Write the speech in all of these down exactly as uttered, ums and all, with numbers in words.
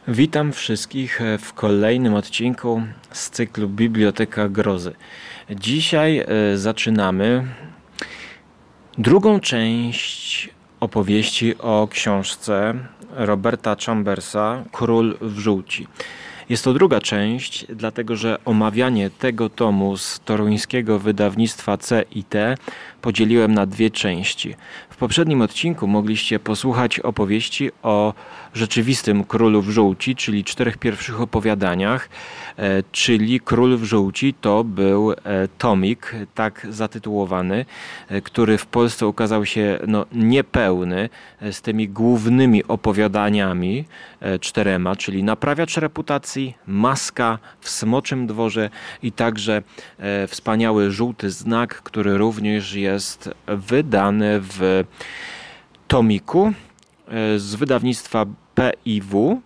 Witam wszystkich w kolejnym odcinku z cyklu Biblioteka Grozy. Dzisiaj zaczynamy drugą część opowieści o książce Roberta Chambersa Król w żółci. Jest to druga część, dlatego że omawianie tego tomu z toruńskiego wydawnictwa C i T podzieliłem na dwie części. W poprzednim odcinku mogliście posłuchać opowieści o rzeczywistym Królu w żółci, czyli czterech pierwszych opowiadaniach, e, czyli Król w żółci to był e, tomik, tak zatytułowany, e, który w Polsce ukazał się no, niepełny, e, z tymi głównymi opowiadaniami, e, czterema, czyli Naprawiacz reputacji, Maska w Smoczym Dworze i także e, wspaniały Żółty Znak, który również jest wydany w tomiku e, z wydawnictwa P I W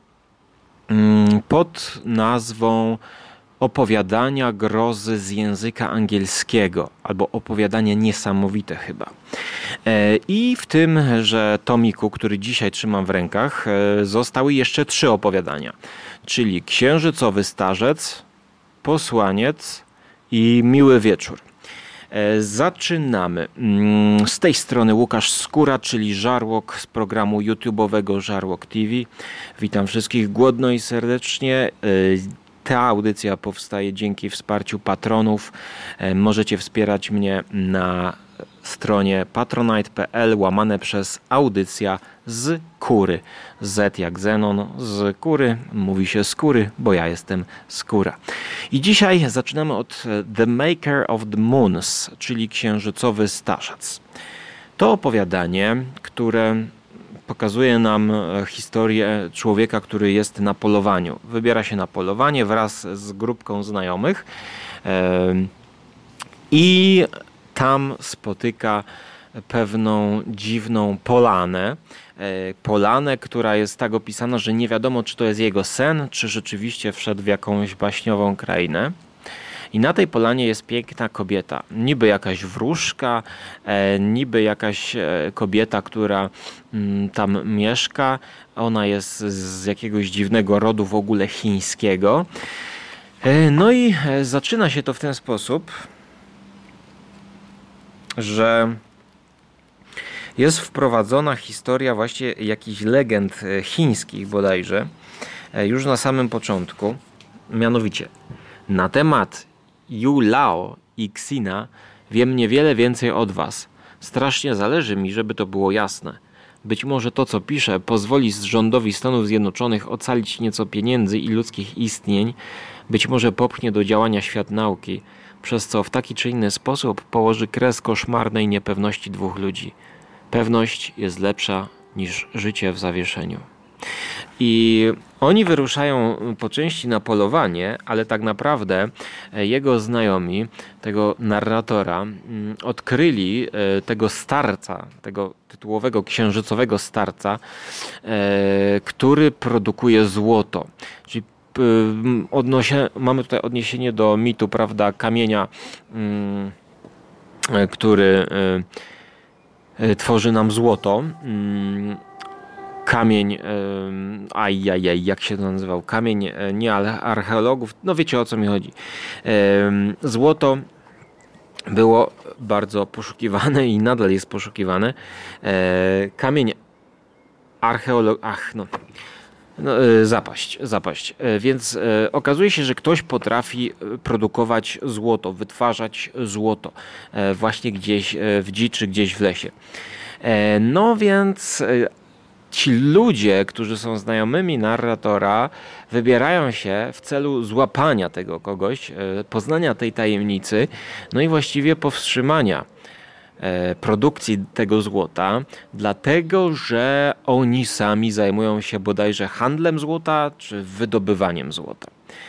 pod nazwą Opowiadania grozy z języka angielskiego, albo Opowiadania niesamowite chyba. I w tymże tomiku, który dzisiaj trzymam w rękach, zostały jeszcze trzy opowiadania, czyli Księżycowy Starzec, Posłaniec i Miły Wieczór. Zaczynamy. Z tej strony Łukasz Skóra, czyli Żarłok z programu YouTube'owego Żarłok T V. Witam wszystkich głodno i serdecznie. Ta audycja powstaje dzięki wsparciu patronów. Możecie wspierać mnie na stronie patronite.pl łamane przez audycja z Kury. Z jak Zenon, z Kury, mówi się Skóry, bo ja jestem Skóra. I dzisiaj zaczynamy od The Maker of the Moons, czyli Księżycowy Starzec. To opowiadanie, które pokazuje nam historię człowieka, który jest na polowaniu. Wybiera się na polowanie wraz z grupką znajomych i tam spotyka pewną dziwną polanę. Polanę, która jest tak opisana, że nie wiadomo, czy to jest jego sen, czy rzeczywiście wszedł w jakąś baśniową krainę. I na tej polanie jest piękna kobieta, niby jakaś wróżka, niby jakaś kobieta, która tam mieszka. Ona jest z jakiegoś dziwnego rodu w ogóle chińskiego. No i zaczyna się to w ten sposób, że jest wprowadzona historia właśnie jakichś legend chińskich bodajże, już na samym początku. Mianowicie, na temat Yu Lao i Xina wiem niewiele więcej od was. Strasznie zależy mi, żeby to było jasne. Być może to, co piszę, pozwoli rządowi Stanów Zjednoczonych ocalić nieco pieniędzy i ludzkich istnień. Być może popchnie do działania świat nauki, przez co w taki czy inny sposób położy kres koszmarnej niepewności dwóch ludzi. Pewność jest lepsza niż życie w zawieszeniu. I oni wyruszają po części na polowanie, ale tak naprawdę jego znajomi, tego narratora, odkryli tego starca, tego tytułowego księżycowego starca, który produkuje złoto. Czyli odnosie, mamy tutaj odniesienie do mitu, prawda, kamienia, który tworzy nam złoto. Kamień, ajajaj, jak się to nazywał? Kamień nie archeologów, no wiecie, o co mi chodzi. Złoto było bardzo poszukiwane i nadal jest poszukiwane. Kamień archeolog... Ach, no... No, zapaść, zapaść. Więc e, okazuje się, że ktoś potrafi produkować złoto, wytwarzać złoto e, właśnie gdzieś w dziczy, gdzieś w lesie. E, no więc e, ci ludzie, którzy są znajomymi narratora, wybierają się w celu złapania tego kogoś, e, poznania tej tajemnicy, no i właściwie powstrzymania produkcji tego złota, dlatego że oni sami zajmują się bodajże handlem złota czy wydobywaniem złota.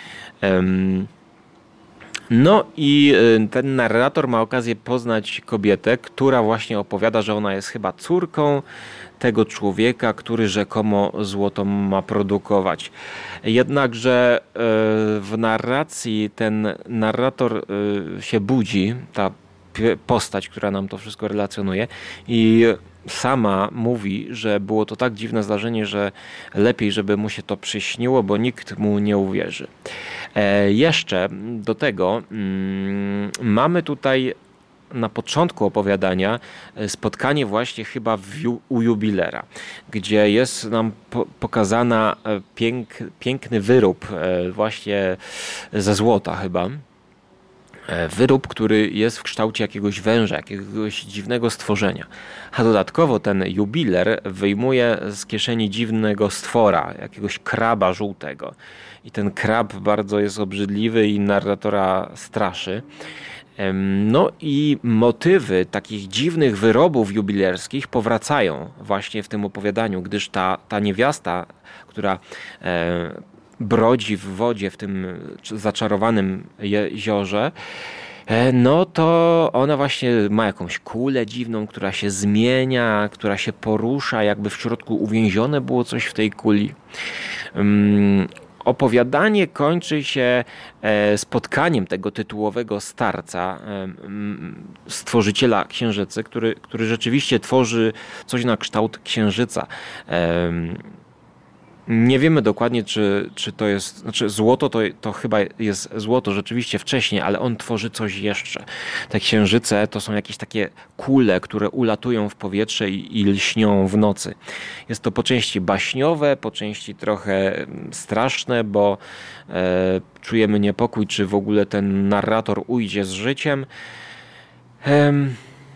No i ten narrator ma okazję poznać kobietę, która właśnie opowiada, że ona jest chyba córką tego człowieka, który rzekomo złoto ma produkować. Jednakże w narracji ten narrator się budzi, ta postać, która nam to wszystko relacjonuje, i sama mówi, że było to tak dziwne zdarzenie, że lepiej, żeby mu się to przyśniło, bo nikt mu nie uwierzy. E, jeszcze do tego mm, mamy tutaj na początku opowiadania spotkanie właśnie chyba w, u jubilera, gdzie jest nam po, pokazana pięk, piękny wyrób właśnie ze złota chyba. Wyrób, który jest w kształcie jakiegoś węża, jakiegoś dziwnego stworzenia. A dodatkowo ten jubiler wyjmuje z kieszeni dziwnego stwora, jakiegoś kraba żółtego. I ten krab bardzo jest obrzydliwy i narratora straszy. No i motywy takich dziwnych wyrobów jubilerskich powracają właśnie w tym opowiadaniu, gdyż ta, ta niewiasta, która e, brodzi w wodzie w tym zaczarowanym jeziorze, e, no to ona właśnie ma jakąś kulę dziwną, która się zmienia, która się porusza, jakby w środku uwięzione było coś w tej kuli. Um, Opowiadanie kończy się spotkaniem tego tytułowego starca, stworzyciela księżycy, który, który rzeczywiście tworzy coś na kształt księżyca. Nie wiemy dokładnie, czy, czy to jest, znaczy złoto to, to chyba jest złoto rzeczywiście wcześniej, ale on tworzy coś jeszcze. Te księżyce to są jakieś takie kule, które ulatują w powietrze i, i lśnią w nocy. Jest to po części baśniowe, po części trochę straszne, bo e, czujemy niepokój, czy w ogóle ten narrator ujdzie z życiem. Ehm.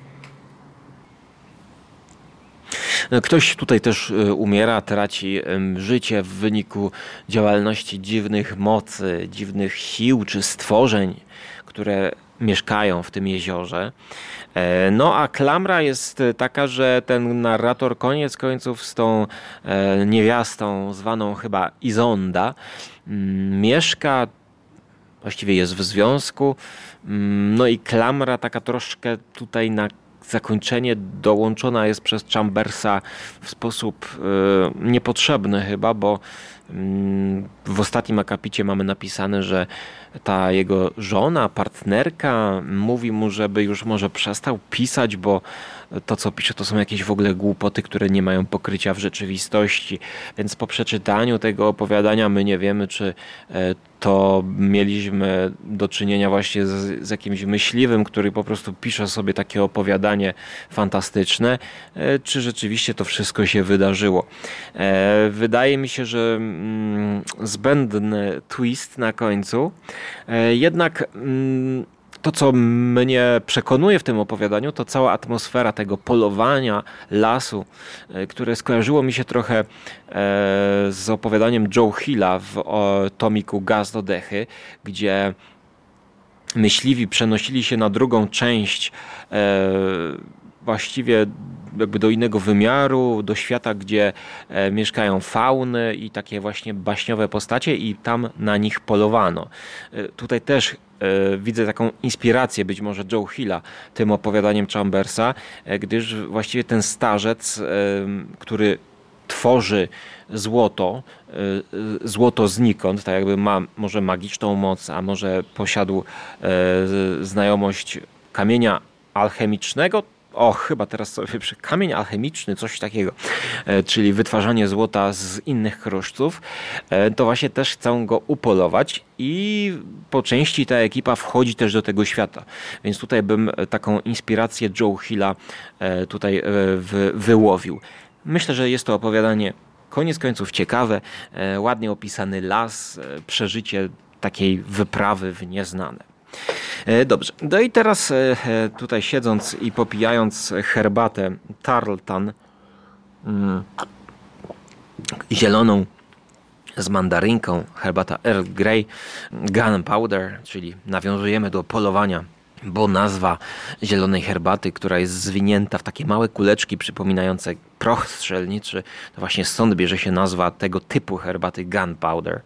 Ktoś tutaj też umiera, traci życie w wyniku działalności dziwnych mocy, dziwnych sił czy stworzeń, które mieszkają w tym jeziorze. No a klamra jest taka, że ten narrator koniec końców z tą niewiastą zwaną chyba Izonda mieszka, właściwie jest w związku. No i klamra taka troszkę tutaj na zakończenie dołączona jest przez Chambersa w sposób y, niepotrzebny chyba, bo y, w ostatnim akapicie mamy napisane, że ta jego żona, partnerka mówi mu, żeby już może przestał pisać, bo to, co pisze, to są jakieś w ogóle głupoty, które nie mają pokrycia w rzeczywistości. Więc po przeczytaniu tego opowiadania my nie wiemy, czy to mieliśmy do czynienia właśnie z, z jakimś myśliwym, który po prostu pisze sobie takie opowiadanie fantastyczne, czy rzeczywiście to wszystko się wydarzyło. Wydaje mi się, że zbędny twist na końcu. Jednak to, co mnie przekonuje w tym opowiadaniu, to cała atmosfera tego polowania, lasu, które skojarzyło mi się trochę z opowiadaniem Joe Hilla w tomiku Gaz do Dechy, gdzie myśliwi przenosili się na drugą część właściwie jakby do innego wymiaru, do świata, gdzie e, mieszkają fauny i takie właśnie baśniowe postacie i tam na nich polowano. E, tutaj też e, widzę taką inspirację być może Joe Hilla tym opowiadaniem Chambersa, e, gdyż właściwie ten starzec, e, który tworzy złoto, e, złoto znikąd, tak jakby ma może magiczną moc, a może posiadł e, znajomość kamienia alchemicznego. O, chyba teraz sobie przy kamień alchemiczny, coś takiego, e, czyli wytwarzanie złota z innych kruszców, e, to właśnie też chcą go upolować i po części ta ekipa wchodzi też do tego świata. Więc tutaj bym taką inspirację Joe Hilla e, tutaj e, wy, wyłowił. Myślę, że jest to opowiadanie koniec końców ciekawe, e, ładnie opisany las, e, przeżycie takiej wyprawy w nieznane. Dobrze, no i teraz tutaj siedząc i popijając herbatę Tarleton mm, zieloną z mandarynką, herbata Earl Grey, Gunpowder, czyli nawiązujemy do polowania, bo nazwa zielonej herbaty, która jest zwinięta w takie małe kuleczki przypominające proch strzelniczy, to właśnie stąd bierze się nazwa tego typu herbaty Gunpowder.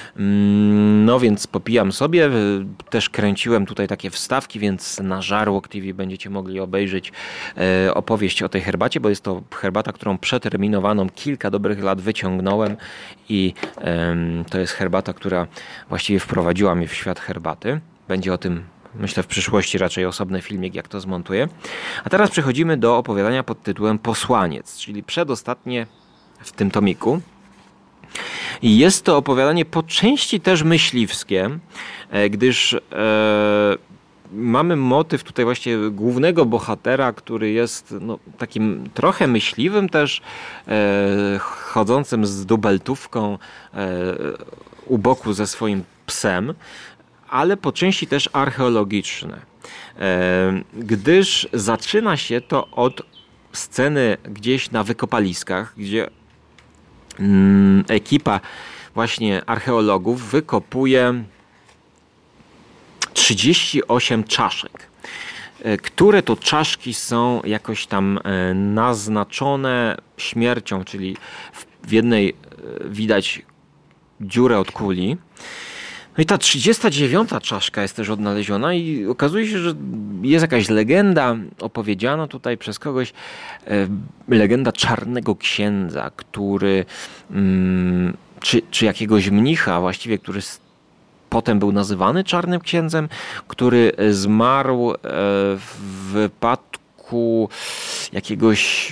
No więc popijam sobie, też kręciłem tutaj takie wstawki, więc na Żarłok T V będziecie mogli obejrzeć opowieść o tej herbacie, bo jest to herbata, którą przeterminowaną kilka dobrych lat wyciągnąłem i to jest herbata, która właściwie wprowadziła mnie w świat herbaty. Będzie o tym Myślę w przyszłości raczej osobny filmik, jak to zmontuję. A teraz przechodzimy do opowiadania pod tytułem Posłaniec, czyli przedostatnie w tym tomiku. I jest to opowiadanie po części też myśliwskie, gdyż e, mamy motyw tutaj właśnie głównego bohatera, który jest no, takim trochę myśliwym też, e, chodzącym z dubeltówką e, u boku ze swoim psem, ale po części też archeologiczne, e, gdyż zaczyna się to od sceny gdzieś na wykopaliskach, gdzie mm, ekipa właśnie archeologów wykopuje trzydzieści osiem czaszek, które to czaszki są jakoś tam naznaczone śmiercią, czyli w jednej widać dziurę od kuli. No i ta trzydziesta dziewiąta czaszka jest też odnaleziona i okazuje się, że jest jakaś legenda opowiedziana tutaj przez kogoś, legenda czarnego księdza, który, czy, czy jakiegoś mnicha właściwie, który potem był nazywany czarnym księdzem, który zmarł w wypadku jakiegoś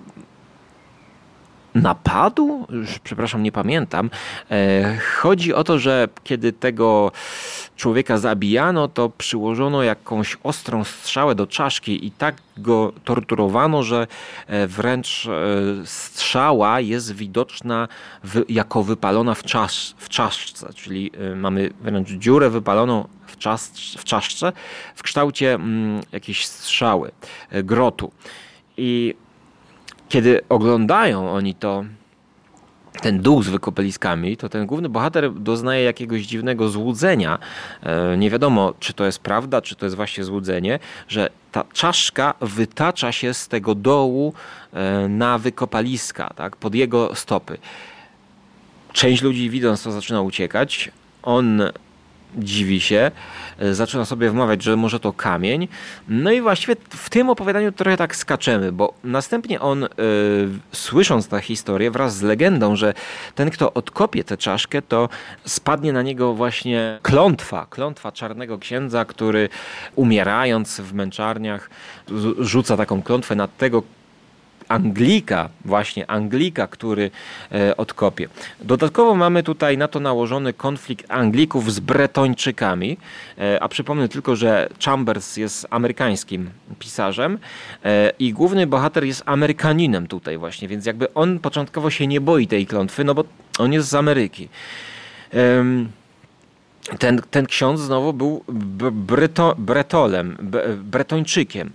napadu? Już, przepraszam, nie pamiętam. Chodzi o to, że kiedy tego człowieka zabijano, to przyłożono jakąś ostrą strzałę do czaszki i tak go torturowano, że wręcz strzała jest widoczna w, jako wypalona w, czasz, w czaszce, czyli mamy wręcz dziurę wypaloną w, czas, w czaszce w kształcie mm, jakiejś strzały, grotu. I kiedy oglądają oni to, ten dół z wykopaliskami, to ten główny bohater doznaje jakiegoś dziwnego złudzenia. Nie wiadomo, czy to jest prawda, czy to jest właśnie złudzenie, że ta czaszka wytacza się z tego dołu na wykopaliska, tak, pod jego stopy. Część ludzi, widząc to, zaczyna uciekać. On dziwi się, zaczyna sobie wmawiać, że może to kamień. No i właściwie w tym opowiadaniu trochę tak skaczemy, bo następnie on, yy, słysząc tę historię wraz z legendą, że ten, kto odkopie tę czaszkę, to spadnie na niego właśnie klątwa, klątwa czarnego księdza, który umierając w męczarniach rzuca taką klątwę na tego Anglika, właśnie Anglika, który e, odkopie. Dodatkowo mamy tutaj na to nałożony konflikt Anglików z Bretończykami, e, a przypomnę tylko, że Chambers jest amerykańskim pisarzem e, i główny bohater jest Amerykaninem tutaj właśnie, więc jakby on początkowo się nie boi tej klątwy, no bo on jest z Ameryki. E, ten, ten ksiądz znowu był Breto, Bretolem, Bretończykiem.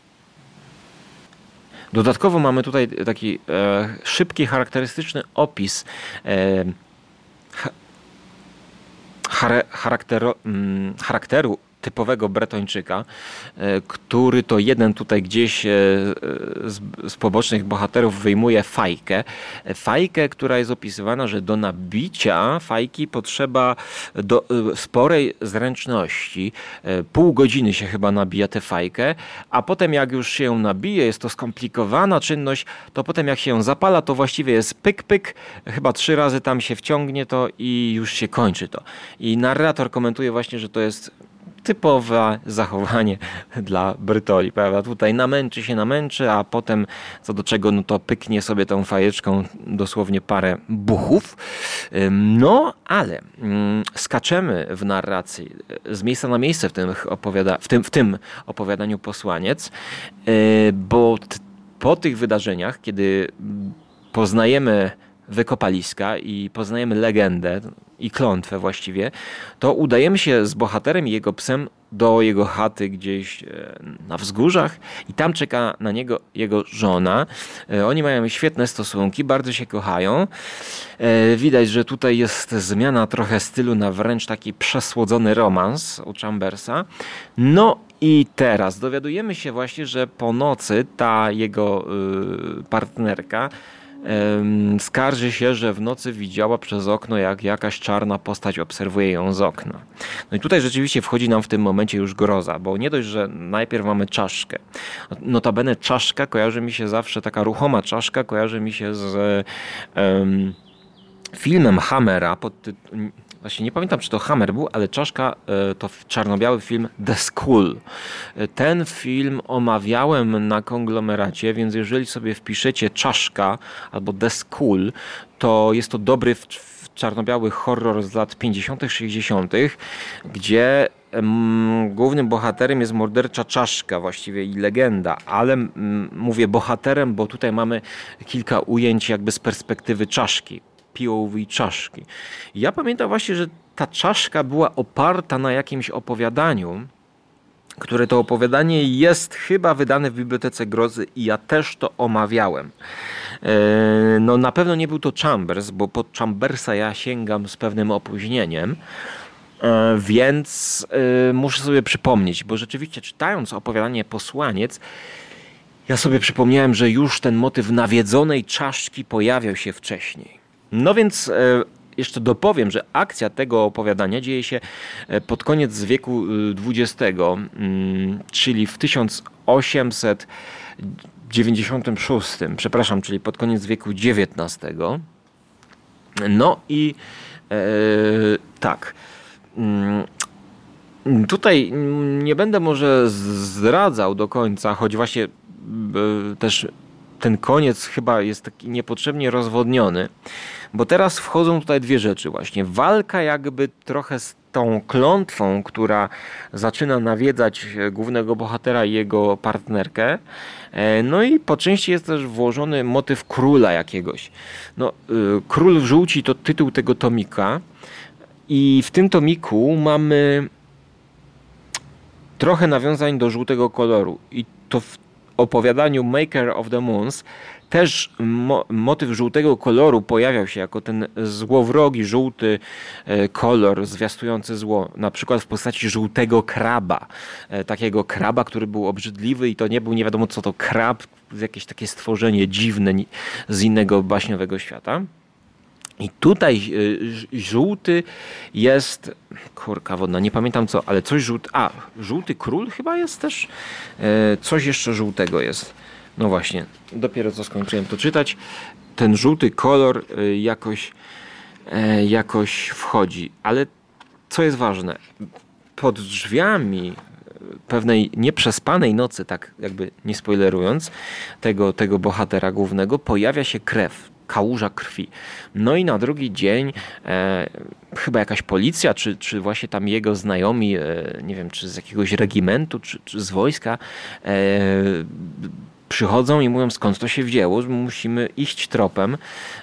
Dodatkowo mamy tutaj taki e, szybki, charakterystyczny opis e, ha, charakteru, mm, charakteru typowego Bretończyka, e, który to jeden tutaj gdzieś e, z, z pobocznych bohaterów wyjmuje fajkę. Fajkę, która jest opisywana, że do nabicia fajki potrzeba do, e, sporej zręczności. E, pół godziny się chyba nabija tę fajkę, a potem jak już się ją nabije, jest to skomplikowana czynność, to potem jak się ją zapala, to właściwie jest pyk, pyk, chyba trzy razy tam się wciągnie to i już się kończy to. I narrator komentuje właśnie, że to jest typowe zachowanie dla Brytoli, prawda? Tutaj namęczy się, namęczy, a potem co do czego, no to pyknie sobie tą fajeczką dosłownie parę buchów. No, ale skaczemy w narracji z miejsca na miejsce w tym, opowiada- w tym, w tym opowiadaniu Posłaniec, bo t- po tych wydarzeniach, kiedy poznajemy wykopaliska i poznajemy legendę i klątwę właściwie, to udajemy się z bohaterem i jego psem do jego chaty gdzieś na wzgórzach i tam czeka na niego jego żona. Oni mają świetne stosunki, bardzo się kochają. Widać, że tutaj jest zmiana trochę stylu na wręcz taki przesłodzony romans u Chambersa. No i teraz dowiadujemy się właśnie, że po nocy ta jego partnerka skarży się, że w nocy widziała przez okno, jak jakaś czarna postać obserwuje ją z okna. No i tutaj rzeczywiście wchodzi nam w tym momencie już groza, bo nie dość, że najpierw mamy czaszkę. Notabene czaszka kojarzy mi się zawsze, taka ruchoma czaszka kojarzy mi się z um, filmem Hammera pod tytułem, właśnie nie pamiętam, czy to Hammer był, ale Czaszka to czarno-biały film The School. Ten film omawiałem na konglomeracie, więc jeżeli sobie wpiszecie Czaszka albo The School, to jest to dobry czarno-biały horror z lat pięćdziesiątych, sześćdziesiątych, gdzie mm, głównym bohaterem jest mordercza czaszka właściwie i legenda, ale mm, mówię bohaterem, bo tutaj mamy kilka ujęć jakby z perspektywy czaszki, P O V czaszki. Ja pamiętam właśnie, że ta czaszka była oparta na jakimś opowiadaniu, które to opowiadanie jest chyba wydane w Bibliotece Grozy i ja też to omawiałem. No na pewno nie był to Chambers, bo pod Chambersa ja sięgam z pewnym opóźnieniem, więc muszę sobie przypomnieć, bo rzeczywiście czytając opowiadanie Posłaniec, ja sobie przypomniałem, że już ten motyw nawiedzonej czaszki pojawiał się wcześniej. No więc jeszcze dopowiem, że akcja tego opowiadania dzieje się pod koniec wieku dwudziestego, czyli w tysiąc osiemset dziewięćdziesiątym szóstym, przepraszam, czyli pod koniec wieku dziewiętnastego. No i e, tak. Tutaj nie będę może zdradzał do końca, choć właśnie e, też ten koniec chyba jest taki niepotrzebnie rozwodniony, bo teraz wchodzą tutaj dwie rzeczy właśnie. Walka jakby trochę z tą klątwą, która zaczyna nawiedzać głównego bohatera i jego partnerkę. No i po części jest też włożony motyw króla jakiegoś. No, Król w żółci to tytuł tego tomika i w tym tomiku mamy trochę nawiązań do żółtego koloru i to w opowiadaniu Maker of the Moons też mo- motyw żółtego koloru pojawiał się jako ten złowrogi, żółty e, kolor zwiastujący zło. Na przykład w postaci żółtego kraba. E, takiego kraba, który był obrzydliwy i to nie był nie wiadomo co to krab, jakieś takie stworzenie dziwne z innego baśniowego świata. I tutaj e, żółty jest, kurka wodna, nie pamiętam co, ale coś żółty, a żółty król chyba jest też, e, coś jeszcze żółtego jest. No właśnie, dopiero co skończyłem to czytać. Ten żółty kolor jakoś, jakoś wchodzi. Ale co jest ważne? Pod drzwiami pewnej nieprzespanej nocy, tak jakby nie spoilerując, tego, tego bohatera głównego, pojawia się krew. Kałuża krwi. No i na drugi dzień e, chyba jakaś policja, czy, czy właśnie tam jego znajomi, e, nie wiem, czy z jakiegoś regimentu, czy, czy z wojska, e, przychodzą i mówią, skąd to się wzięło, że musimy iść tropem,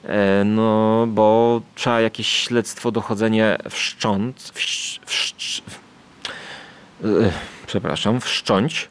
no bo trzeba jakieś śledztwo, dochodzenie wszcząć, wsz, wsz, przepraszam, wszcząć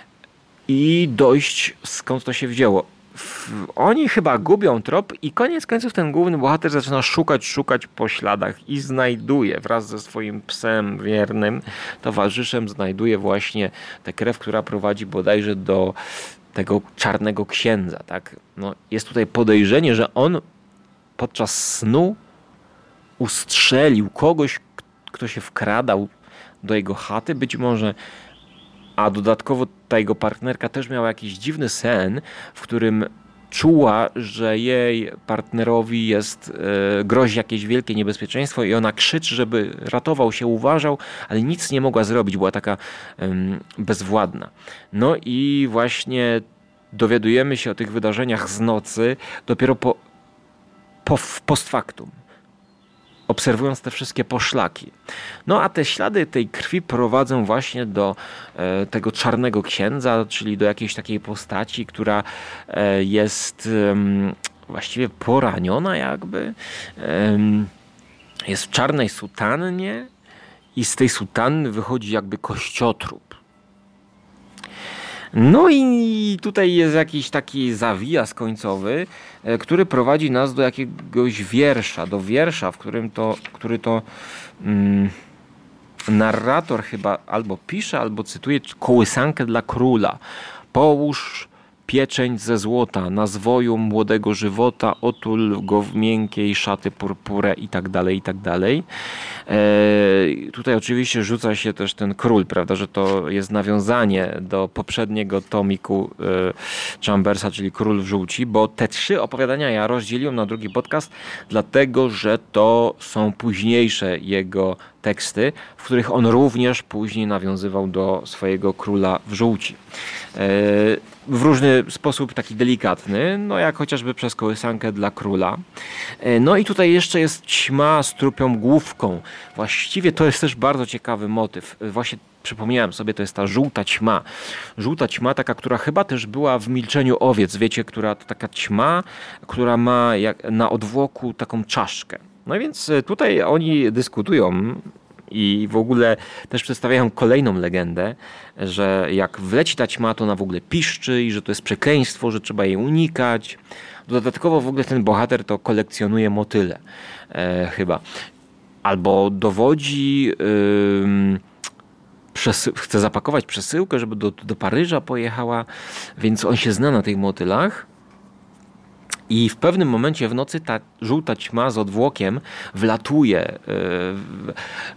i dojść, skąd to się wzięło. Oni chyba gubią trop i koniec końców ten główny bohater zaczyna szukać, szukać po śladach i znajduje wraz ze swoim psem wiernym, towarzyszem, znajduje właśnie tę krew, która prowadzi bodajże do tego czarnego księdza, tak? No, jest tutaj podejrzenie, że on podczas snu ustrzelił kogoś, kto się wkradał do jego chaty, być może, a dodatkowo ta jego partnerka też miała jakiś dziwny sen, w którym czuła, że jej partnerowi jest, e, grozi jakieś wielkie niebezpieczeństwo i ona krzyczy, żeby ratował się, uważał, ale nic nie mogła zrobić, była taka e, bezwładna. No i właśnie dowiadujemy się o tych wydarzeniach z nocy dopiero po, po post factum, obserwując te wszystkie poszlaki. No a te ślady tej krwi prowadzą właśnie do e, tego czarnego księdza, czyli do jakiejś takiej postaci, która e, jest e, właściwie poraniona jakby. E, jest w czarnej sutannie i z tej sutanny wychodzi jakby kościotrup. No i tutaj jest jakiś taki zawijas końcowy, który prowadzi nas do jakiegoś wiersza, do wiersza, w którym to, który to mm, narrator chyba albo pisze, albo cytuje kołysankę dla króla. Połóż pieczęć ze złota, na zwoju młodego żywota, otul go w miękkiej szaty purpurę i tak dalej, i tak dalej. E, tutaj oczywiście rzuca się też ten król, prawda, że to jest nawiązanie do poprzedniego tomiku e, Chambersa, czyli Król w żółci, bo te trzy opowiadania ja rozdzieliłem na drugi podcast, dlatego, że to są późniejsze jego teksty, w których on również później nawiązywał do swojego Króla w żółci. W różny sposób, taki delikatny, no jak chociażby przez kołysankę dla króla. No i tutaj jeszcze jest ćma z trupią główką. Właściwie to jest też bardzo ciekawy motyw. Właśnie przypomniałem sobie, to jest ta żółta ćma. Żółta ćma, taka, która chyba też była w Milczeniu owiec, wiecie, która to taka ćma, która ma jak na odwłoku taką czaszkę. No więc tutaj oni dyskutują i w ogóle też przedstawiają kolejną legendę, że jak wleci ta ćma, to ona w ogóle piszczy i że to jest przekleństwo, że trzeba jej unikać. Dodatkowo w ogóle ten bohater to kolekcjonuje motyle e, chyba. Albo dowodzi, yy, przesy- chce zapakować przesyłkę, żeby do, do Paryża pojechała, więc on się zna na tych motylach. I w pewnym momencie w nocy ta żółta ćma z odwłokiem wlatuje w,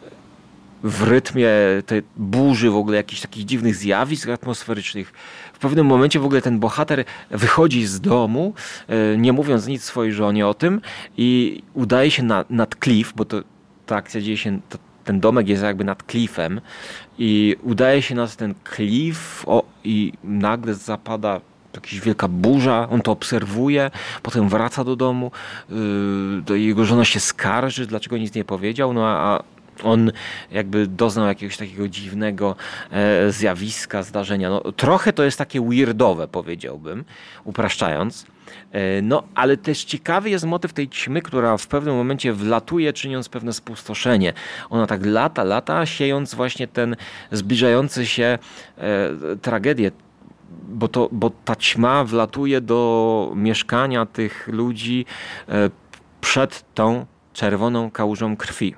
w rytmie tej burzy, w ogóle jakichś takich dziwnych zjawisk atmosferycznych. W pewnym momencie w ogóle ten bohater wychodzi z domu, nie mówiąc nic swojej żonie o tym i udaje się na, nad klif, bo to ta akcja dzieje się, to, ten domek jest jakby nad klifem i udaje się nad ten klif o, i nagle zapada jakaś wielka burza, on to obserwuje, potem wraca do domu, yy, jego żona się skarży, dlaczego nic nie powiedział, no a on jakby doznał jakiegoś takiego dziwnego e, zjawiska, zdarzenia. No, trochę to jest takie weirdowe, powiedziałbym, upraszczając. E, no, ale też ciekawy jest motyw tej ćmy, która w pewnym momencie wlatuje, czyniąc pewne spustoszenie. Ona tak lata, lata, siejąc właśnie ten zbliżający się e, tragedię, bo, to, bo ta ćma wlatuje do mieszkania tych ludzi e, przed tą czerwoną kałużą krwi.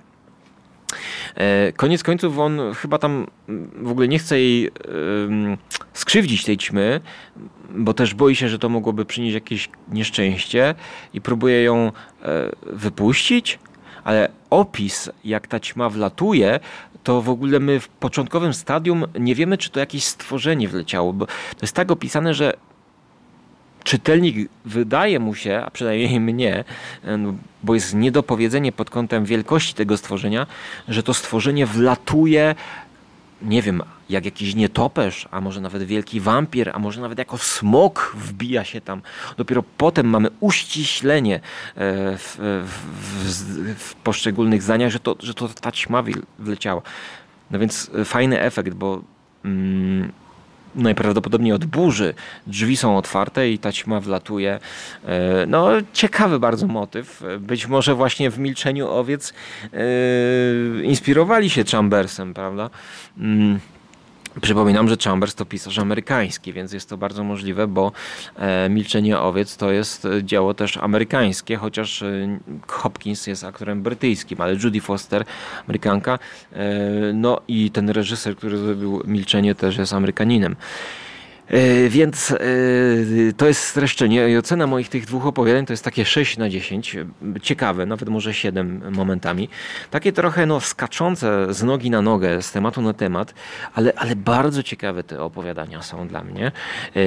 Koniec końców on chyba tam w ogóle nie chce jej yy, skrzywdzić tej ćmy, bo też boi się, że to mogłoby przynieść jakieś nieszczęście i próbuje ją yy, wypuścić, ale opis, jak ta ćma wlatuje, to w ogóle my w początkowym stadium nie wiemy, czy to jakieś stworzenie wleciało, bo to jest tak opisane, że czytelnik wydaje mu się, a przynajmniej mnie, bo jest niedopowiedzenie pod kątem wielkości tego stworzenia, że to stworzenie wlatuje, nie wiem, jak jakiś nietoperz, a może nawet wielki wampir, a może nawet jako smok wbija się tam. Dopiero potem mamy uściślenie w, w, w poszczególnych zdaniach, że to, że to ta ćma wleciała. No więc fajny efekt, bo mm, najprawdopodobniej od burzy drzwi są otwarte i ta ćma wlatuje. No, ciekawy bardzo motyw. Być może właśnie w Milczeniu owiec yy, inspirowali się Chambersem, prawda? Yy. Przypominam, że Chambers to pisarz amerykański, więc jest to bardzo możliwe, bo e, Milczenie owiec to jest dzieło też amerykańskie, chociaż e, Hopkins jest aktorem brytyjskim, ale Judy Foster, Amerykanka, e, no i ten reżyser, który zrobił Milczenie, też jest Amerykaninem. Yy, więc yy, to jest streszczenie i ocena moich tych dwóch opowiadań to jest takie sześć na dziesięć, ciekawe, nawet może siedem momentami, takie trochę no, skaczące z nogi na nogę, z tematu na temat, ale, ale bardzo ciekawe te opowiadania są dla mnie. Yy,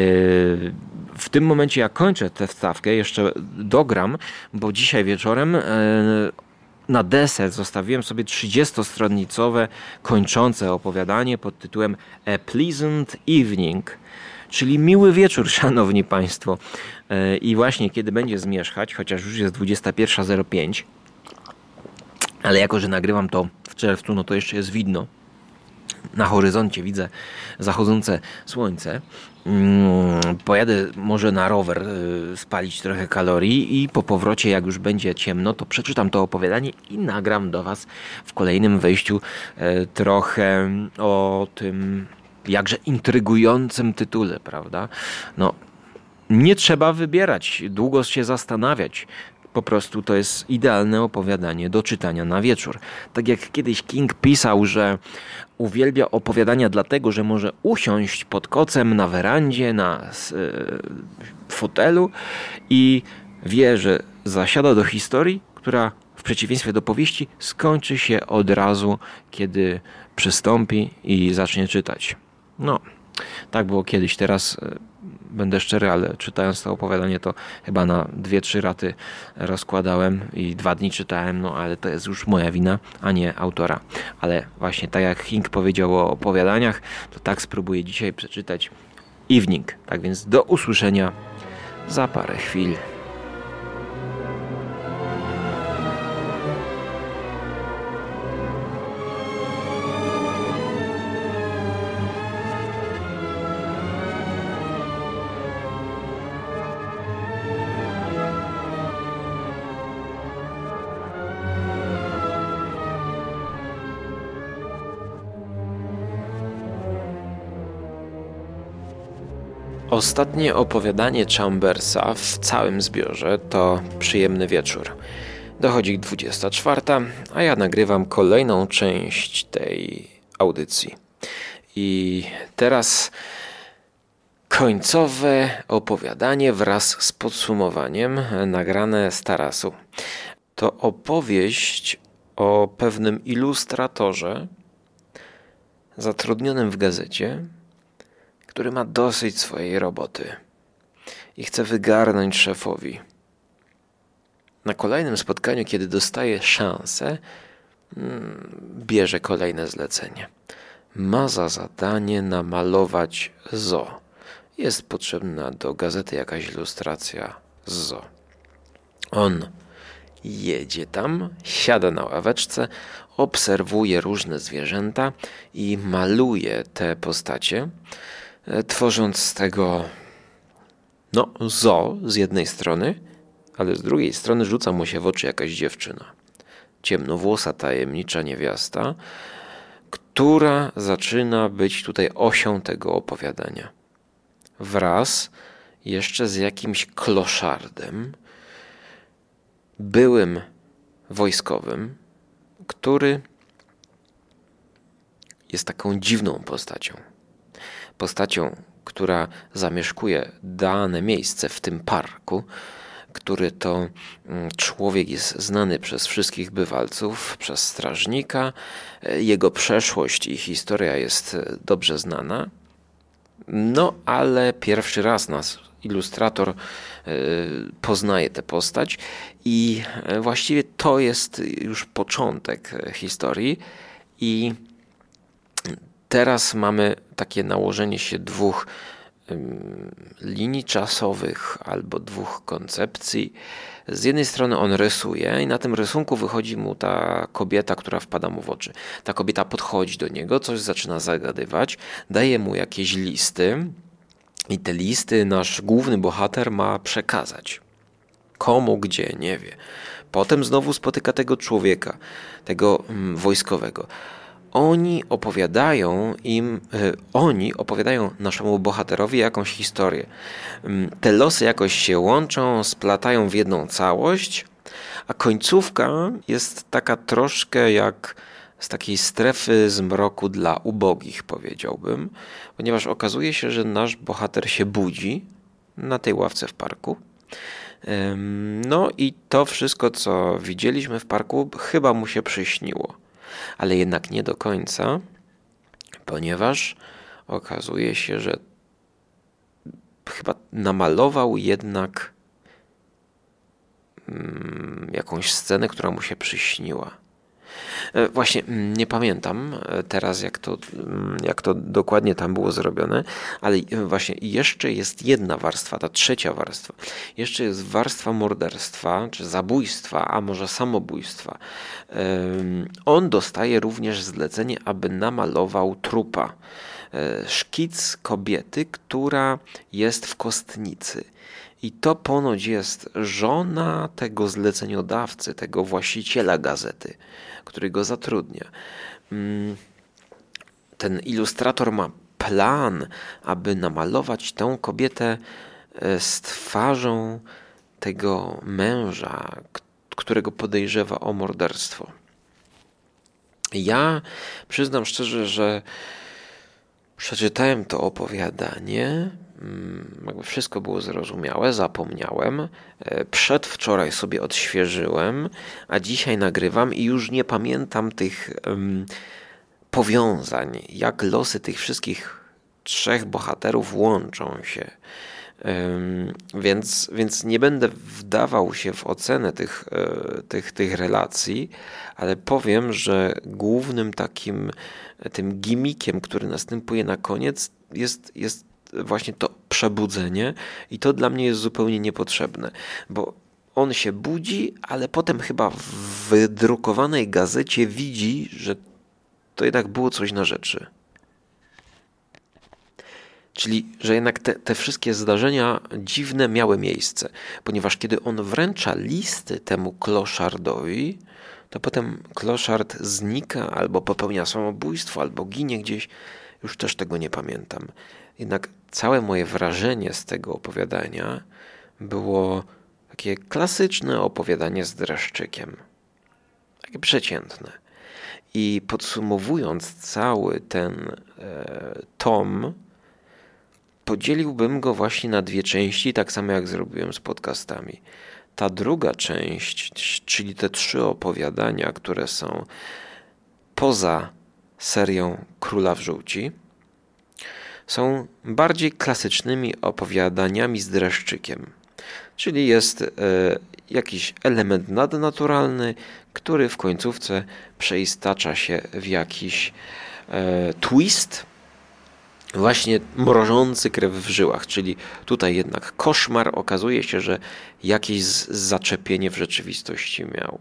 w tym momencie ja kończę tę wstawkę, jeszcze dogram, bo dzisiaj wieczorem yy, na deser zostawiłem sobie trzydziestostronicowe kończące opowiadanie pod tytułem A Pleasant Evening, czyli miły wieczór, szanowni państwo. I właśnie kiedy będzie zmierzchać, chociaż już jest dwudziesta pierwsza zero pięć, ale jako, że nagrywam to w czerwcu, no to jeszcze jest widno. Na horyzoncie widzę zachodzące słońce. Pojadę może na rower spalić trochę kalorii i po powrocie, jak już będzie ciemno, to przeczytam to opowiadanie i nagram do was w kolejnym wejściu trochę o tym jakże intrygującym tytule, prawda? No, nie trzeba wybierać, długo się zastanawiać. Po prostu to jest idealne opowiadanie do czytania na wieczór. Tak jak kiedyś King pisał, że uwielbia opowiadania dlatego, że może usiąść pod kocem na werandzie, na fotelu i wie, że zasiada do historii, która w przeciwieństwie do powieści skończy się od razu, kiedy przystąpi i zacznie czytać. No, tak było kiedyś. Teraz będę szczery, ale czytając to opowiadanie, to chyba na dwie, trzy raty rozkładałem i dwa dni czytałem, no ale to jest już moja wina, a nie autora. Ale właśnie tak jak King powiedział o opowiadaniach, to tak spróbuję dzisiaj przeczytać Evening. Tak więc do usłyszenia za parę chwil. Ostatnie opowiadanie Chambersa w całym zbiorze to Przyjemny wieczór. Dochodzi dwudziesta czwarta, a ja nagrywam kolejną część tej audycji. I teraz końcowe opowiadanie wraz z podsumowaniem nagrane z tarasu. To opowieść o pewnym ilustratorze zatrudnionym w gazecie, który ma dosyć swojej roboty i chce wygarnąć szefowi. Na kolejnym spotkaniu, kiedy dostaje szansę, bierze kolejne zlecenie. Ma za zadanie namalować zoo. Jest potrzebna do gazety jakaś ilustracja z zoo. On jedzie tam, siada na ławeczce, obserwuje różne zwierzęta i maluje te postacie, tworząc z tego no zoo z jednej strony, ale z drugiej strony rzuca mu się w oczy jakaś dziewczyna. Ciemnowłosa, tajemnicza niewiasta, która zaczyna być tutaj osią tego opowiadania. Wraz jeszcze z jakimś kloszardem, byłym wojskowym, który jest taką dziwną postacią. Postacią, która zamieszkuje dane miejsce w tym parku, który to człowiek jest znany przez wszystkich bywalców, przez strażnika. Jego przeszłość i historia jest dobrze znana. No, ale pierwszy raz nas ilustrator poznaje tę postać i właściwie to jest już początek historii i teraz mamy takie nałożenie się dwóch linii czasowych albo dwóch koncepcji. Z jednej strony on rysuje i na tym rysunku wychodzi mu ta kobieta, która wpada mu w oczy. Ta kobieta podchodzi do niego, coś zaczyna zagadywać, daje mu jakieś listy i te listy nasz główny bohater ma przekazać. Komu, gdzie, nie wie. Potem znowu spotyka tego człowieka, tego wojskowego. Oni opowiadają im, oni opowiadają naszemu bohaterowi jakąś historię. Te losy jakoś się łączą, splatają w jedną całość, a końcówka jest taka troszkę jak z takiej strefy zmroku dla ubogich, powiedziałbym, ponieważ okazuje się, że nasz bohater się budzi na tej ławce w parku. No i to wszystko, co widzieliśmy w parku, chyba mu się przyśniło. Ale jednak nie do końca, ponieważ okazuje się, że chyba namalował jednak mm, jakąś scenę, która mu się przyśniła. Właśnie nie pamiętam teraz, jak to, jak to dokładnie tam było zrobione, ale właśnie jeszcze jest jedna warstwa, ta trzecia warstwa. Jeszcze jest warstwa morderstwa, czy zabójstwa, a może samobójstwa. On dostaje również zlecenie, aby namalował trupa. Szkic kobiety, która jest w kostnicy. I to ponoć jest żona tego zleceniodawcy, tego właściciela gazety, który go zatrudnia. Ten ilustrator ma plan, aby namalować tę kobietę z twarzą tego męża, którego podejrzewa o morderstwo. Ja przyznam szczerze, że przeczytałem to opowiadanie, jakby wszystko było zrozumiałe, zapomniałem. Przedwczoraj sobie odświeżyłem, a dzisiaj nagrywam i już nie pamiętam tych um, powiązań, jak losy tych wszystkich trzech bohaterów łączą się. Um, więc, więc nie będę wdawał się w ocenę tych, tych, tych relacji, ale powiem, że głównym takim tym gimikiem, który następuje na koniec, jest, jest właśnie to przebudzenie i to dla mnie jest zupełnie niepotrzebne, bo on się budzi, ale potem chyba w wydrukowanej gazecie widzi, że to jednak było coś na rzeczy. Czyli, że jednak te, te wszystkie zdarzenia dziwne miały miejsce, ponieważ kiedy on wręcza listy temu kloszardowi, to potem kloszard znika albo popełnia samobójstwo, albo ginie gdzieś. Już też tego nie pamiętam. Jednak całe moje wrażenie z tego opowiadania było takie klasyczne opowiadanie z dreszczykiem. Takie przeciętne. I podsumowując cały ten e, tom, podzieliłbym go właśnie na dwie części, tak samo jak zrobiłem z podcastami. Ta druga część, czyli te trzy opowiadania, które są poza serią Króla w żółci, są bardziej klasycznymi opowiadaniami z dreszczykiem. Czyli jest e, jakiś element nadnaturalny, który w końcówce przeistacza się w jakiś e, twist, właśnie mrożący krew w żyłach, czyli tutaj jednak koszmar, okazuje się, że jakieś zaczepienie w rzeczywistości miał.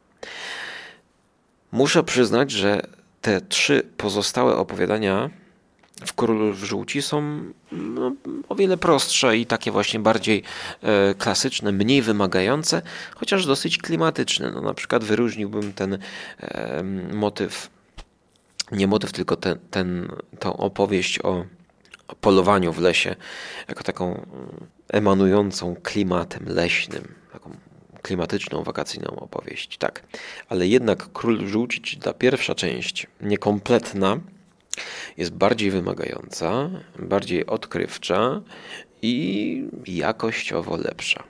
Muszę przyznać, że te trzy pozostałe opowiadania w Królu w żółci są no, o wiele prostsze i takie właśnie bardziej e, klasyczne, mniej wymagające, chociaż dosyć klimatyczne. No, na przykład wyróżniłbym ten e, motyw, nie motyw, tylko ten, ten, tą opowieść o, o polowaniu w lesie, jako taką emanującą klimatem leśnym, taką klimatyczną, wakacyjną opowieść. Tak, ale jednak Król w żółci, czyli ta pierwsza część, niekompletna, jest bardziej wymagająca, bardziej odkrywcza i jakościowo lepsza.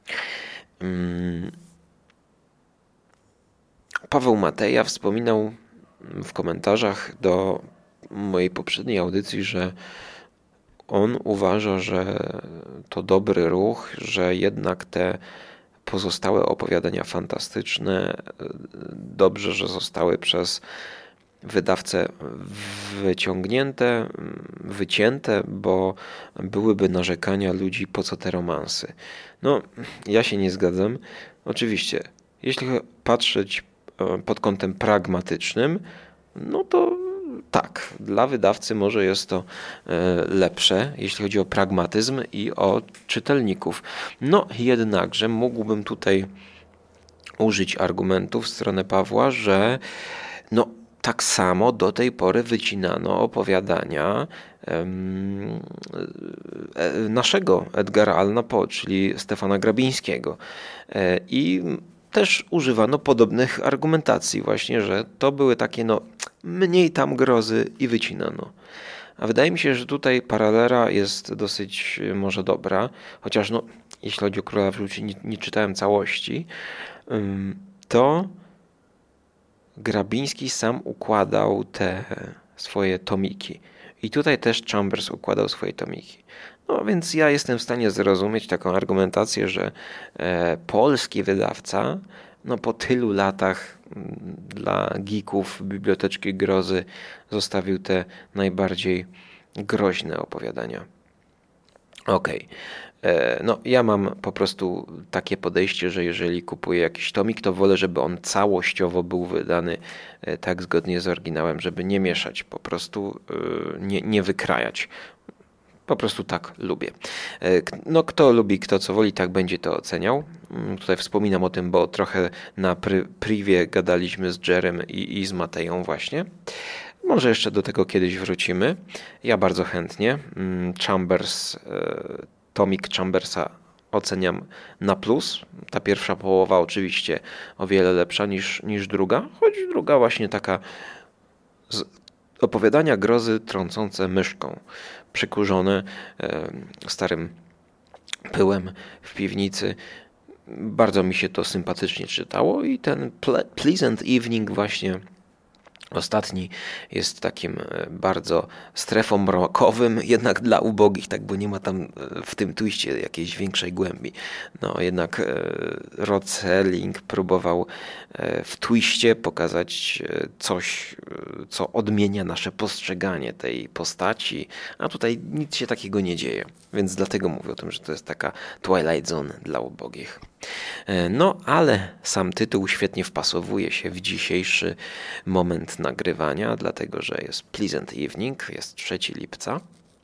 Paweł Mateja wspominał w komentarzach do mojej poprzedniej audycji, że on uważa, że to dobry ruch, że jednak te pozostałe opowiadania fantastyczne dobrze, że zostały przez wydawcę wyciągnięte, wycięte, bo byłyby narzekania ludzi, po co te romansy. No, ja się nie zgadzam. Oczywiście, jeśli patrzeć pod kątem pragmatycznym, no to tak, dla wydawcy może jest to lepsze, jeśli chodzi o pragmatyzm i o czytelników. No, jednakże mógłbym tutaj użyć argumentów w stronę Pawła, że no, tak samo do tej pory wycinano opowiadania um, naszego Edgara Allana Poe, czyli Stefana Grabińskiego. I też używano podobnych argumentacji właśnie, że to były takie no mniej tam grozy i wycinano. A wydaje mi się, że tutaj paralela jest dosyć może dobra, chociaż no, jeśli chodzi o Króla w żółci, nie, nie czytałem całości, to Grabiński sam układał te swoje tomiki. I tutaj też Chambers układał swoje tomiki. No więc ja jestem w stanie zrozumieć taką argumentację, że e, polski wydawca no po tylu latach m, dla geeków Biblioteczki Grozy zostawił te najbardziej groźne opowiadania. Okej. Okay. No, ja mam po prostu takie podejście, że jeżeli kupuję jakiś tomik, to wolę, żeby on całościowo był wydany tak zgodnie z oryginałem, żeby nie mieszać, po prostu nie, nie wykrajać. Po prostu tak lubię. No, kto lubi, kto co woli, tak będzie to oceniał. Tutaj wspominam o tym, bo trochę na pri- privie gadaliśmy z Jerem i, i z Mateją właśnie. Może jeszcze do tego kiedyś wrócimy. Ja bardzo chętnie. Chambers, tomik Chambersa oceniam na plus. Ta pierwsza połowa oczywiście o wiele lepsza niż, niż druga, choć druga właśnie taka z opowiadania grozy trącące myszką, przykurzone e, starym pyłem w piwnicy. Bardzo mi się to sympatycznie czytało i ten ple Pleasant Evening właśnie ostatni jest takim bardzo strefą mrokowym, jednak dla ubogich, tak, bo nie ma tam w tym twiście jakiejś większej głębi. No jednak Rod Serling próbował w twiście pokazać coś, co odmienia nasze postrzeganie tej postaci, a tutaj nic się takiego nie dzieje. Więc dlatego mówię o tym, że to jest taka Twilight Zone dla ubogich. No, ale sam tytuł świetnie wpasowuje się w dzisiejszy moment nagrywania, dlatego że jest Pleasant Evening, jest trzeciego lipca,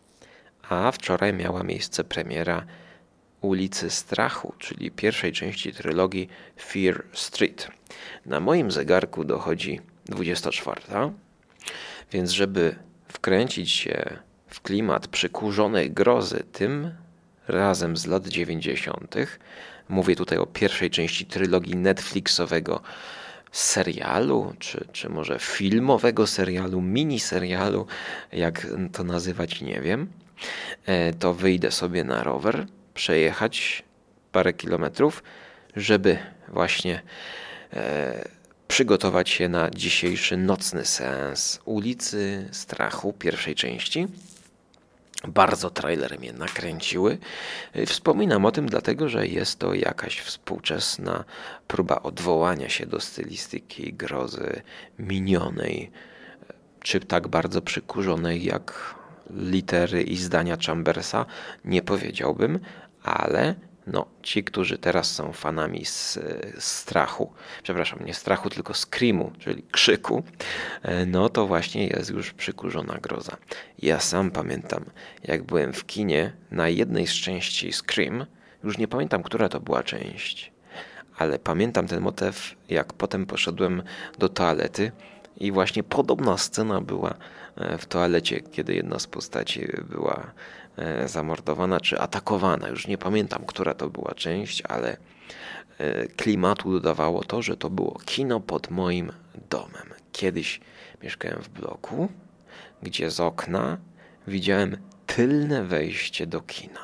a wczoraj miała miejsce premiera Ulicy Strachu, czyli pierwszej części trylogii Fear Street. Na moim zegarku dochodzi dwudziesta czwarta, więc żeby wkręcić się w klimat przykurzonej grozy, tym razem z lat dziewięćdziesiątych, mówię tutaj o pierwszej części trylogii Netflixowego serialu, czy, czy może filmowego serialu, miniserialu, jak to nazywać, nie wiem, to wyjdę sobie na rower, przejechać parę kilometrów, żeby właśnie e, przygotować się na dzisiejszy nocny seans Ulicy Strachu pierwszej części. Bardzo trailery mnie nakręciły. Wspominam o tym dlatego, że jest to jakaś współczesna próba odwołania się do stylistyki grozy minionej, czy tak bardzo przykurzonej jak litery i zdania Chambersa, nie powiedziałbym, ale no, ci, którzy teraz są fanami z, z strachu, przepraszam, nie strachu, tylko screamu, czyli krzyku, no to właśnie jest już przykurzona groza. Ja sam pamiętam, jak byłem w kinie na jednej z części Scream, już nie pamiętam, która to była część, ale pamiętam ten motyw, jak potem poszedłem do toalety i właśnie podobna scena była w toalecie, kiedy jedna z postaci była zamordowana czy atakowana. Już nie pamiętam, która to była część, ale klimatu dodawało to, że to było kino pod moim domem. Kiedyś mieszkałem w bloku, gdzie z okna widziałem tylne wejście do kina.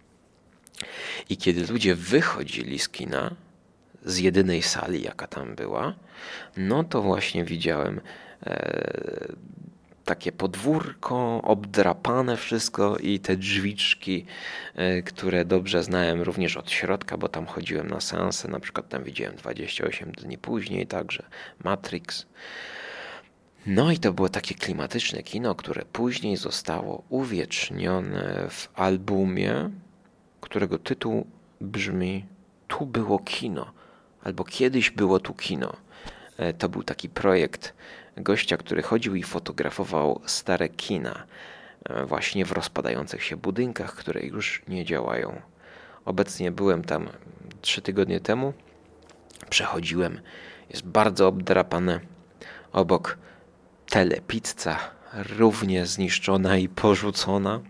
I kiedy ludzie wychodzili z kina, z jedynej sali, jaka tam była, no to właśnie widziałem e, takie podwórko, obdrapane wszystko i te drzwiczki, e, które dobrze znałem również od środka, bo tam chodziłem na seanse, na przykład tam widziałem dwadzieścia osiem dni później, także Matrix. No i to było takie klimatyczne kino, które później zostało uwiecznione w albumie, którego tytuł brzmi Tu było kino, albo Kiedyś było tu kino. To był taki projekt gościa, który chodził i fotografował stare kina właśnie w rozpadających się budynkach, które już nie działają. Obecnie byłem tam trzy tygodnie temu, przechodziłem, jest bardzo obdrapane, obok telepizza, równie zniszczona i porzucona.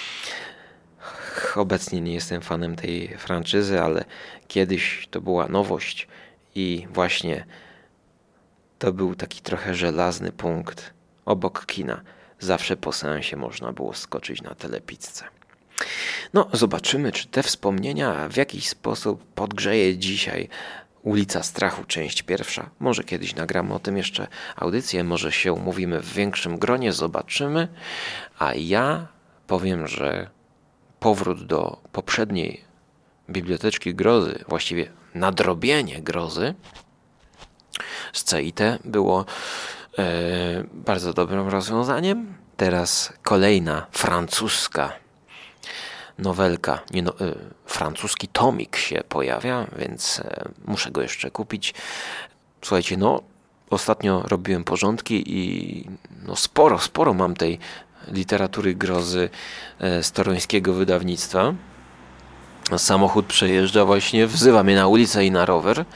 Obecnie nie jestem fanem tej franczyzy, ale kiedyś to była nowość i właśnie to był taki trochę żelazny punkt obok kina. Zawsze po seansie można było skoczyć na telepizzę. No, zobaczymy, czy te wspomnienia w jakiś sposób podgrzeje dzisiaj Ulica Strachu, część pierwsza. Może kiedyś nagramy o tym jeszcze audycję, może się umówimy w większym gronie, zobaczymy. A ja powiem, że powrót do poprzedniej biblioteczki grozy, właściwie nadrobienie grozy z C I T było e, bardzo dobrym rozwiązaniem. Teraz kolejna francuska nowelka, nie no, e, francuski tomik się pojawia, więc e, muszę go jeszcze kupić. Słuchajcie, no ostatnio robiłem porządki i no sporo, sporo mam tej literatury grozy e, z toruńskiego wydawnictwa. Samochód przejeżdża właśnie, wzywa mnie na ulicę i na rower.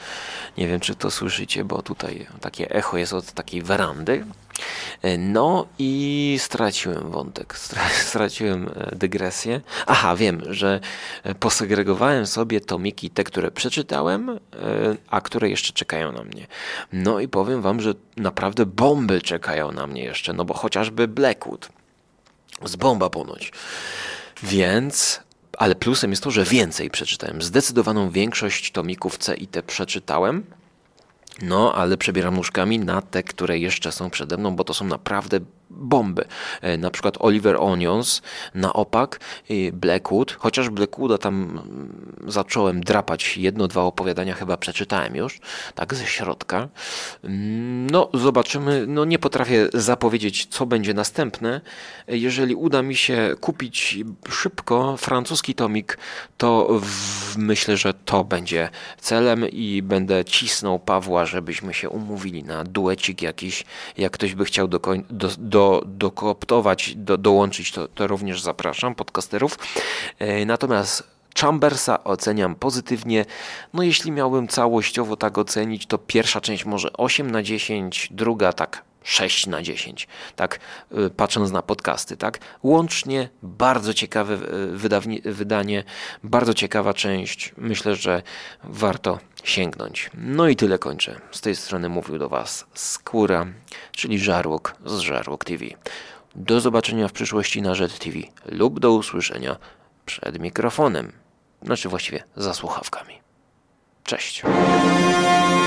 Nie wiem, czy to słyszycie, bo tutaj takie echo jest od takiej werandy. No i straciłem wątek, straciłem dygresję. Aha, wiem, że posegregowałem sobie tomiki, te, które przeczytałem, a które jeszcze czekają na mnie. No i powiem wam, że naprawdę bomby czekają na mnie jeszcze, no bo chociażby Blackwood. Z bomba ponoć. Więc... Ale plusem jest to, że więcej przeczytałem. Zdecydowaną większość tomików C i T przeczytałem. No, ale przebieram nóżkami na te, które jeszcze są przede mną, bo to są naprawdę bomby. E, na przykład Oliver Onions na opak, e, Blackwood, chociaż Blackwooda tam zacząłem drapać, jedno, dwa opowiadania chyba przeczytałem już, tak ze środka. No, zobaczymy, no nie potrafię zapowiedzieć, co będzie następne. Jeżeli uda mi się kupić szybko francuski tomik, to w, myślę, że to będzie celem i będę cisnął Pawła, żebyśmy się umówili na duecik jakiś. Jak ktoś by chciał do, do, do, dokooptować, do, dołączyć, to, to również zapraszam podcasterów. E, natomiast Chambersa oceniam pozytywnie. No jeśli miałbym całościowo tak ocenić, to pierwsza część może osiem na dziesięć, druga tak sześć na dziesięć, tak y, patrząc na podcasty, tak. Łącznie bardzo ciekawe wydawni- wydanie, bardzo ciekawa część. Myślę, że warto sięgnąć. No i tyle kończę. Z tej strony mówił do Was Skóra, czyli Żarłok z Żarłok T V. Do zobaczenia w przyszłości na Żet T V lub do usłyszenia przed mikrofonem. Znaczy właściwie za słuchawkami. Cześć.